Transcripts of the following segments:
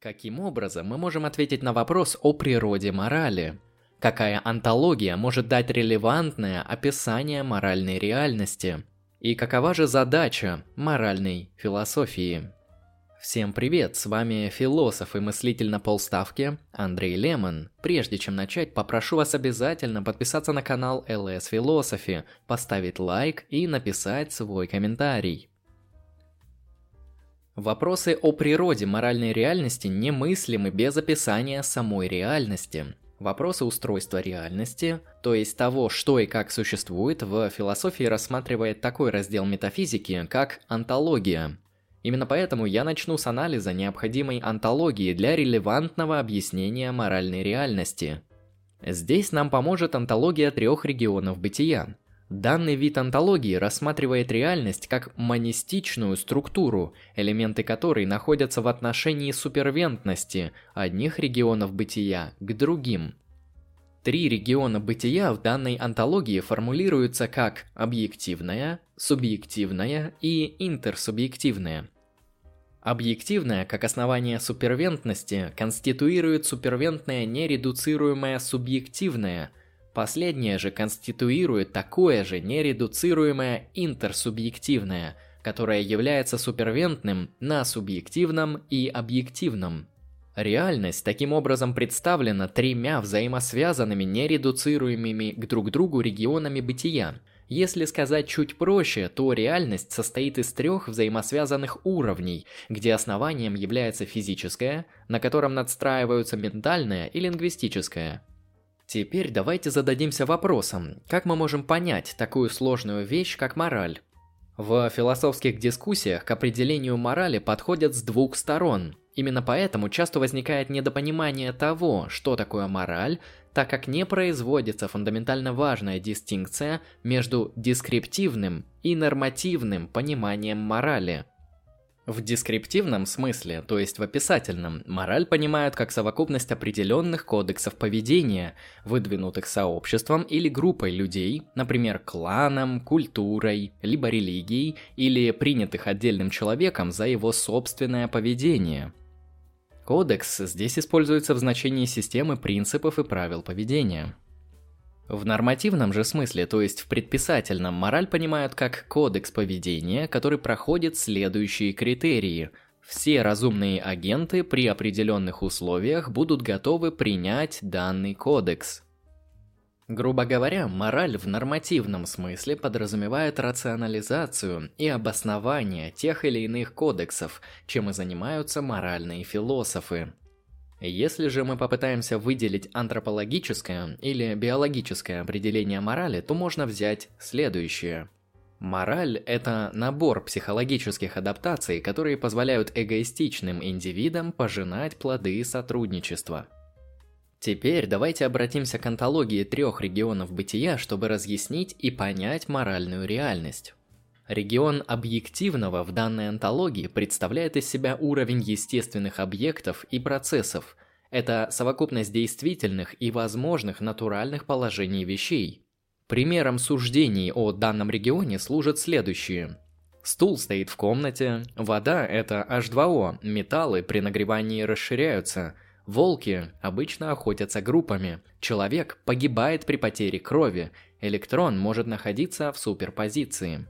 Каким образом мы можем ответить на вопрос о природе морали? Какая онтология может дать релевантное описание моральной реальности? И какова же задача моральной философии? Всем привет, с вами философ и мыслитель на полставки Андрей Лемон. Прежде чем начать, попрошу вас обязательно подписаться на канал LS Philosophy, поставить лайк и написать свой комментарий. Вопросы о природе моральной реальности немыслимы без описания самой реальности. Вопросы устройства реальности, то есть того, что и как существует, в философии рассматривает такой раздел метафизики, как онтология. Именно поэтому я начну с анализа необходимой онтологии для релевантного объяснения моральной реальности. Здесь нам поможет онтология трех регионов бытия. Данный вид онтологии рассматривает реальность как монистичную структуру, элементы которой находятся в отношении супервентности одних регионов бытия к другим. Три региона бытия в данной онтологии формулируются как объективное, субъективное и интерсубъективное. Объективное, как основание супервентности, конституирует супервентное нередуцируемое субъективное. Последнее же конституирует такое же нередуцируемое интерсубъективное, которое является супервентным на субъективном и объективном. Реальность таким образом представлена тремя взаимосвязанными нередуцируемыми к друг другу регионами бытия. Если сказать чуть проще, то реальность состоит из трех взаимосвязанных уровней, где основанием является физическое, на котором надстраиваются ментальное и лингвистическое. Теперь давайте зададимся вопросом, как мы можем понять такую сложную вещь, как мораль? В философских дискуссиях к определению морали подходят с двух сторон. Именно поэтому часто возникает недопонимание того, что такое мораль, так как не производится фундаментально важная дистинкция между дескриптивным и нормативным пониманием морали. В дескриптивном смысле, то есть в описательном, мораль понимают как совокупность определенных кодексов поведения, выдвинутых сообществом или группой людей, например, кланом, культурой, либо религией, или принятых отдельным человеком за его собственное поведение. Кодекс здесь используется в значении системы принципов и правил поведения. В нормативном же смысле, то есть в предписательном, мораль понимают как кодекс поведения, который проходит следующие критерии. Все разумные агенты при определенных условиях будут готовы принять данный кодекс. Грубо говоря, мораль в нормативном смысле подразумевает рационализацию и обоснование тех или иных кодексов, чем и занимаются моральные философы. Если же мы попытаемся выделить антропологическое или биологическое определение морали, то можно взять следующее. Мораль – это набор психологических адаптаций, которые позволяют эгоистичным индивидам пожинать плоды сотрудничества. Теперь давайте обратимся к онтологии трех регионов бытия, чтобы разъяснить и понять моральную реальность. Регион объективного в данной онтологии представляет из себя уровень естественных объектов и процессов. Это совокупность действительных и возможных натуральных положений вещей. Примером суждений о данном регионе служат следующие. Стул стоит в комнате, вода – это H2O, металлы при нагревании расширяются, волки обычно охотятся группами, человек погибает при потере крови, электрон может находиться в суперпозиции.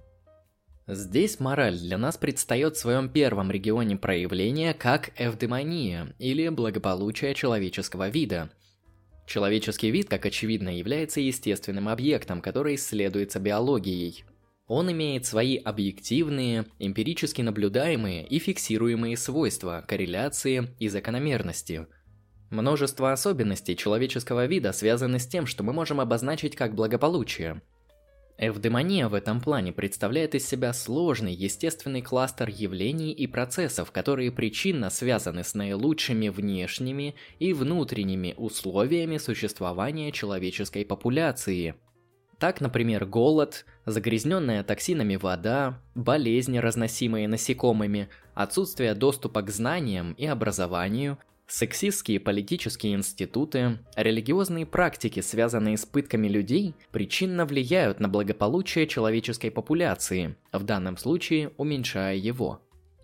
Здесь мораль для нас предстает в своем первом регионе проявления как эвдемония, или благополучие человеческого вида. Человеческий вид, как очевидно, является естественным объектом, который исследуется биологией. Он имеет свои объективные, эмпирически наблюдаемые и фиксируемые свойства, корреляции и закономерности. Множество особенностей человеческого вида связаны с тем, что мы можем обозначить как благополучие. Эвдемония в этом плане представляет из себя сложный естественный кластер явлений и процессов, которые причинно связаны с наилучшими внешними и внутренними условиями существования человеческой популяции. Так, например, голод, загрязненная токсинами вода, болезни, разносимые насекомыми, отсутствие доступа к знаниям и образованию, сексистские политические институты, религиозные практики, связанные с пытками людей, причинно влияют на благополучие человеческой популяции, в данном случае уменьшая его.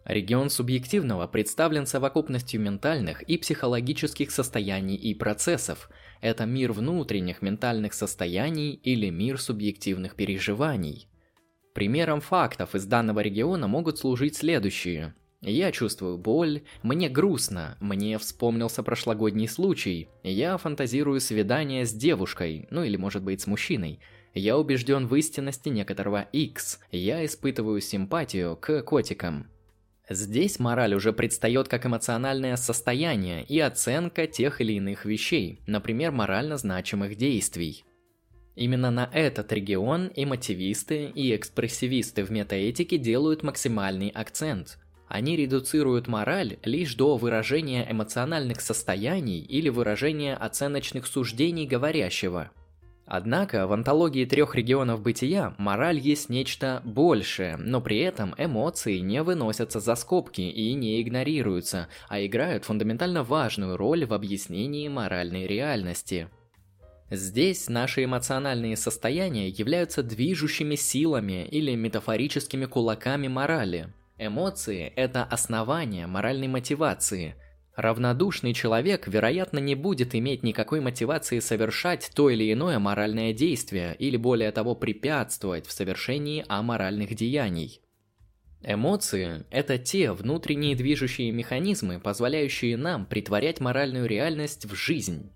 Регион субъективного представлен совокупностью ментальных и психологических состояний и процессов. Это мир внутренних ментальных состояний или мир субъективных переживаний. Примером фактов из данного региона могут служить следующие. Я чувствую боль, мне грустно, мне вспомнился прошлогодний случай, я фантазирую свидание с девушкой, ну или может быть с мужчиной. Я убежден в истинности некоторого X, я испытываю симпатию к котикам. Здесь мораль уже предстает как эмоциональное состояние и оценка тех или иных вещей, например, морально значимых действий. Именно на этот регион эмотивисты и экспрессивисты в метаэтике делают максимальный акцент. Они редуцируют мораль лишь до выражения эмоциональных состояний или выражения оценочных суждений говорящего. Однако в антологии трех регионов бытия мораль есть нечто большее, но при этом эмоции не выносятся за скобки и не игнорируются, а играют фундаментально важную роль в объяснении моральной реальности. Здесь наши эмоциональные состояния являются движущими силами или метафорическими кулаками морали. Эмоции – это основание моральной мотивации. Равнодушный человек, вероятно, не будет иметь никакой мотивации совершать то или иное моральное действие или более того препятствовать в совершении аморальных деяний. Эмоции – это те внутренние движущие механизмы, позволяющие нам претворять моральную реальность в жизнь.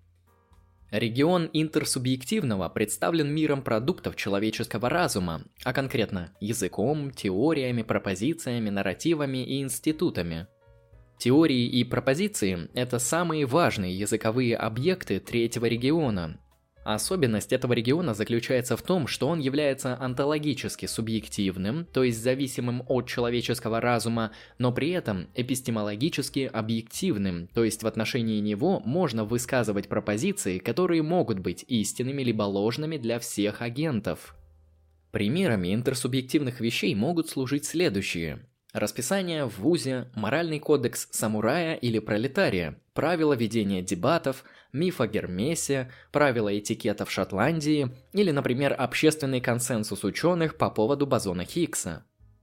Регион интерсубъективного представлен миром продуктов человеческого разума, а конкретно языком, теориями, пропозициями, нарративами и институтами. Теории и пропозиции – это самые важные языковые объекты третьего региона. Особенность этого региона заключается в том, что он является онтологически субъективным, то есть зависимым от человеческого разума, но при этом эпистемологически объективным, то есть в отношении него можно высказывать пропозиции, которые могут быть истинными либо ложными для всех агентов. Примерами интерсубъективных вещей могут служить следующие. Расписание в вузе, моральный кодекс самурая или пролетария, правила ведения дебатов, миф о Гермесе, правила этикета в Шотландии или, например, общественный консенсус ученых по поводу бозона Хиггса.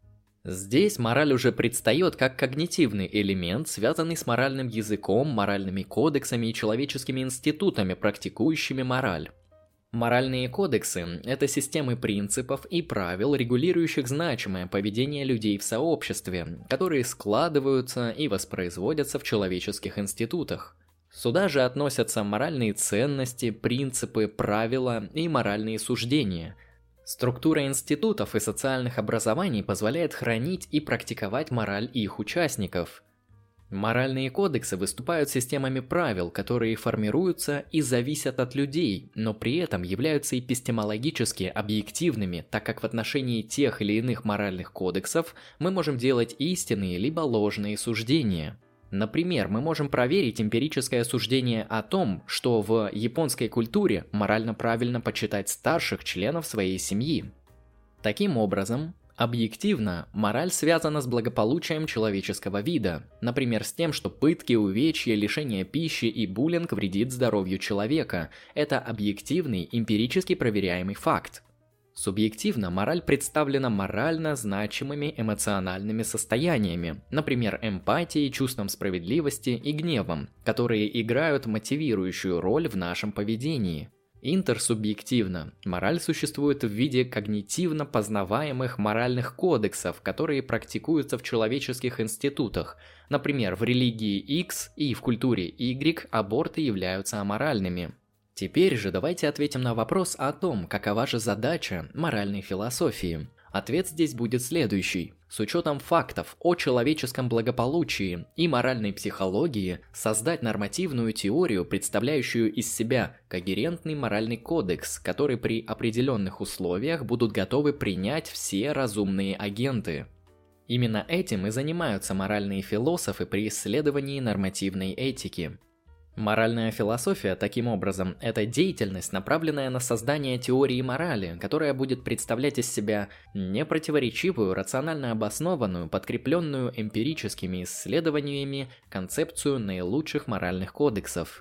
Здесь мораль уже предстает как когнитивный элемент, связанный с моральным языком, моральными кодексами и человеческими институтами, практикующими мораль. Моральные кодексы – это системы принципов и правил, регулирующих значимое поведение людей в сообществе, которые складываются и воспроизводятся в человеческих институтах. Сюда же относятся моральные ценности, принципы, правила и моральные суждения. Структура институтов и социальных образований позволяет хранить и практиковать мораль их участников. Моральные кодексы выступают системами правил, которые формируются и зависят от людей, но при этом являются эпистемологически объективными, так как в отношении тех или иных моральных кодексов мы можем делать истинные либо ложные суждения. Например, мы можем проверить эмпирическое суждение о том, что в японской культуре морально правильно почитать старших членов своей семьи. Таким образом, объективно, мораль связана с благополучием человеческого вида, например, с тем, что пытки, увечья, лишение пищи и буллинг вредит здоровью человека. Это объективный, эмпирически проверяемый факт. Субъективно, мораль представлена морально значимыми эмоциональными состояниями, например, эмпатией, чувством справедливости и гневом, которые играют мотивирующую роль в нашем поведении. Интерсубъективно, мораль существует в виде когнитивно познаваемых моральных кодексов, которые практикуются в человеческих институтах. Например, в религии X и в культуре Y аборты являются аморальными. Теперь же давайте ответим на вопрос о том, какова же задача моральной философии. Ответ здесь будет следующий. С учетом фактов о человеческом благополучии и моральной психологии, создать нормативную теорию, представляющую из себя когерентный моральный кодекс, который при определенных условиях будут готовы принять все разумные агенты. Именно этим и занимаются моральные философы при исследовании нормативной этики. Моральная философия, таким образом, это деятельность, направленная на создание теории морали, которая будет представлять из себя непротиворечивую, рационально обоснованную, подкрепленную эмпирическими исследованиями концепцию наилучших моральных кодексов.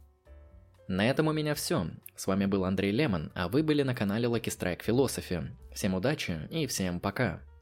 На этом у меня все. С вами был Андрей Лемон, а вы были на канале Lucky Strike Philosophy. Всем удачи и всем пока.